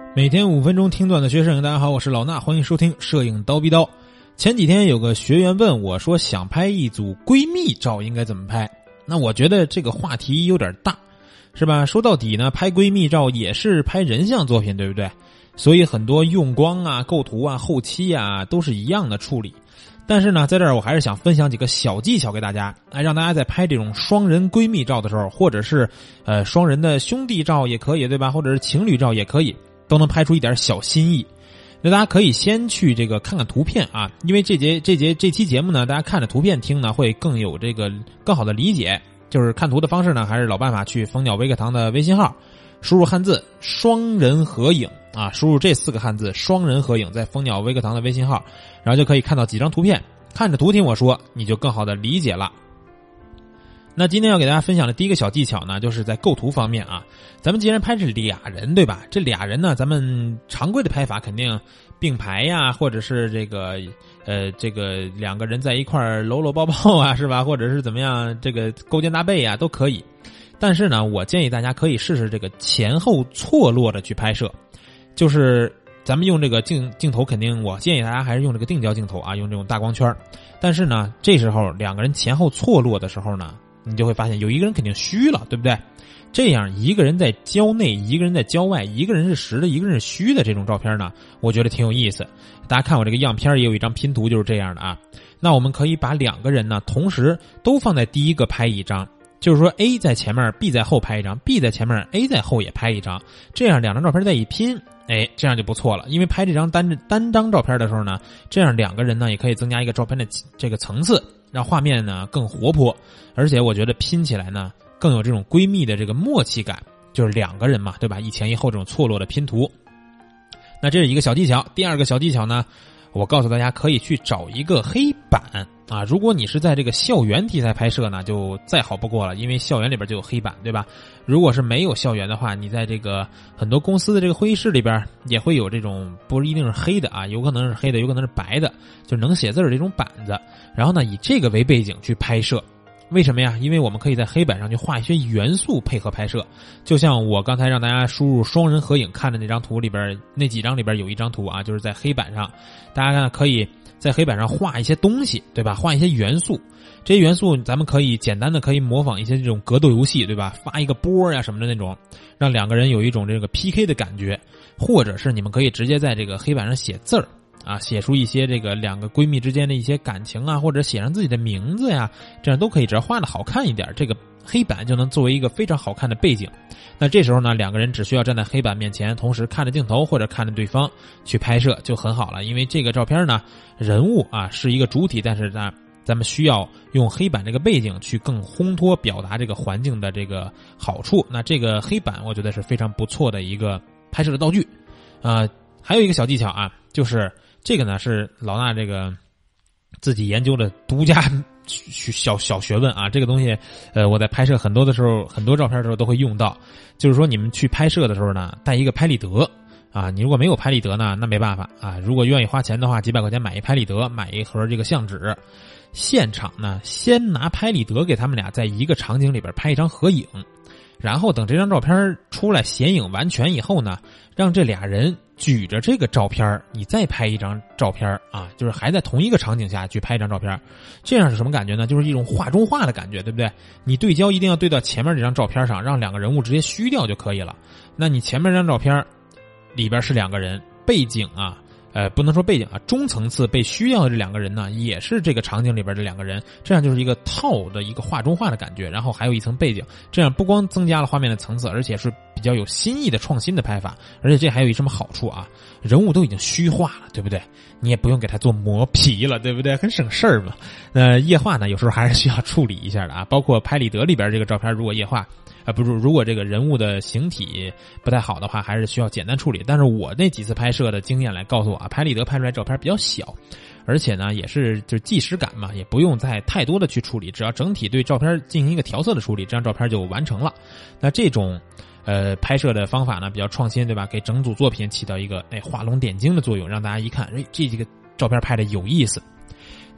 每天5分钟听段子学摄影，大家好，我是老衲，欢迎收听摄影刀逼刀。前几天有个学员问我说，想拍一组闺蜜照应该怎么拍？那我觉得这个话题有点大，是吧？说到底呢，拍闺蜜照也是拍人像作品，对不对？所以很多用光啊、构图啊、后期啊都是一样的处理。但是呢，在这儿我还是想分享几个小技巧给大家，让大家在拍这种双人闺蜜照的时候，或者是双人的兄弟照也可以，对吧？或者是情侣照也可以，都能拍出一点小新意。那大家可以先去这个看看图片啊，因为这期节目呢，大家看着图片听呢会更有这个更好的理解。就是看图的方式呢，还是老办法，去蜂鸟微课堂的微信号，输入汉字双人合影啊，输入这4个汉字双人合影，在蜂鸟微课堂的微信号，然后就可以看到几张图片，看着图听我说，你就更好的理解了。那今天要给大家分享的第一个小技巧呢，就是在构图方面啊。咱们既然拍是俩人，对吧？这俩人呢，咱们常规的拍法肯定并排呀，或者是这个两个人在一块搂搂抱抱啊，是吧？或者是怎么样，这个勾肩搭背啊，都可以。但是呢，我建议大家可以试试这个前后错落的去拍摄，就是咱们用这个镜头，肯定我建议大家还是用这个定焦镜头啊，用这种大光圈。但是呢，这时候两个人前后错落的时候呢，你就会发现有一个人肯定虚了，对不对？这样一个人在焦内，一个人在焦外，一个人是实的，一个人是虚的这种照片呢，我觉得挺有意思。大家看我这个样片也有一张拼图就是这样的啊。那我们可以把两个人呢同时都放在第一个拍一张，就是说 A 在前面 B 在后拍一张， B 在前面 A 在后也拍一张，这样两张照片再一拼，这样就不错了。因为拍这张单张照片的时候呢，这样两个人呢也可以增加一个照片的这个层次，让画面呢更活泼，而且我觉得拼起来呢更有这种闺蜜的这个默契感，就是两个人嘛，对吧？一前一后这种错落的拼图。那这是一个小技巧。第二个小技巧呢，我告诉大家可以去找一个黑板啊。如果你是在这个校园题材拍摄呢，就再好不过了，因为校园里边就有黑板，对吧？如果是没有校园的话，你在这个很多公司的这个会议室里边也会有这种不一定是黑的啊，有可能是黑的，有可能是白的，就是能写字的这种板子。然后呢，以这个为背景去拍摄。为什么呀？因为我们可以在黑板上去画一些元素配合拍摄，就像我刚才让大家输入双人合影看的那张图里边，那几张里边有一张图啊，就是在黑板上，大家看可以在黑板上画一些东西，对吧？画一些元素，这些元素咱们可以简单的可以模仿一些这种格斗游戏，对吧？发一个波呀什么的那种，让两个人有一种这个 PK 的感觉，或者是你们可以直接在这个黑板上写字儿。啊，写出一些这个两个闺蜜之间的一些感情啊，或者写上自己的名字呀，这样都可以，只要画的好看一点，这个黑板就能作为一个非常好看的背景。那这时候呢，两个人只需要站在黑板面前，同时看着镜头或者看着对方去拍摄就很好了。因为这个照片呢，人物啊是一个主体，但是呢，咱们需要用黑板这个背景去更烘托表达这个环境的这个好处。那这个黑板我觉得是非常不错的一个拍摄的道具。还有一个小技巧啊，就是这个呢是老衲这个自己研究的独家小学问啊。这个东西我在拍摄很多的时候，很多照片的时候都会用到。就是说你们去拍摄的时候呢，带一个拍立得啊。你如果没有拍立得呢，那没办法啊。如果愿意花钱的话，几百块钱买一拍立得，买一盒这个相纸，现场呢先拿拍立得给他们俩在一个场景里边拍一张合影，然后等这张照片出来显影完全以后呢，让这俩人举着这个照片，你再拍一张照片啊，就是还在同一个场景下去拍一张照片。这样是什么感觉呢？就是一种画中画的感觉，对不对？你对焦一定要对到前面这张照片上，让两个人物直接虚掉就可以了。那你前面这张照片里边是两个人，背景啊不能说背景啊，中层次被虚掉的这两个人呢，也是这个场景里边这两个人，这样就是一个套的一个画中画的感觉，然后还有一层背景，这样不光增加了画面的层次，而且是比较有新意的创新的拍法。而且这还有一什么好处啊？人物都已经虚化了，对不对？你也不用给他做磨皮了，对不对？很省事儿嘛。液化呢，有时候还是需要处理一下的啊。包括拍立得里边这个照片，如果液化如果这个人物的形体不太好的话，还是需要简单处理。但是我那几次拍摄的经验来告诉我啊，拍立得拍出来照片比较小，而且呢也是就是即时感嘛，也不用再太多的去处理，只要整体对照片进行一个调色的处理，这张照片就完成了。那这种拍摄的方法呢比较创新，对吧？给整组作品起到一个画龙点睛的作用，让大家一看，这几个照片拍的有意思。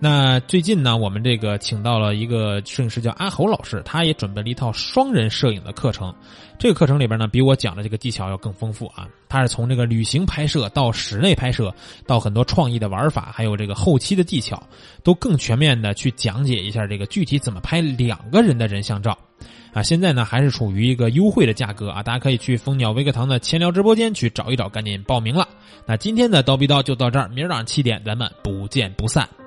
那最近呢，我们这个请到了一个摄影师叫阿侯老师，他也准备了一套双人摄影的课程。这个课程里边呢，比我讲的这个技巧要更丰富啊。他是从这个旅行拍摄到室内拍摄，到很多创意的玩法，还有这个后期的技巧，都更全面的去讲解一下这个具体怎么拍2个人的人像照。啊，现在呢还是处于一个优惠的价格啊，大家可以去蜂鸟微课堂的钱聊直播间去找一找，赶紧报名了。那今天的叨逼叨就到这儿，明儿早上7点咱们不见不散。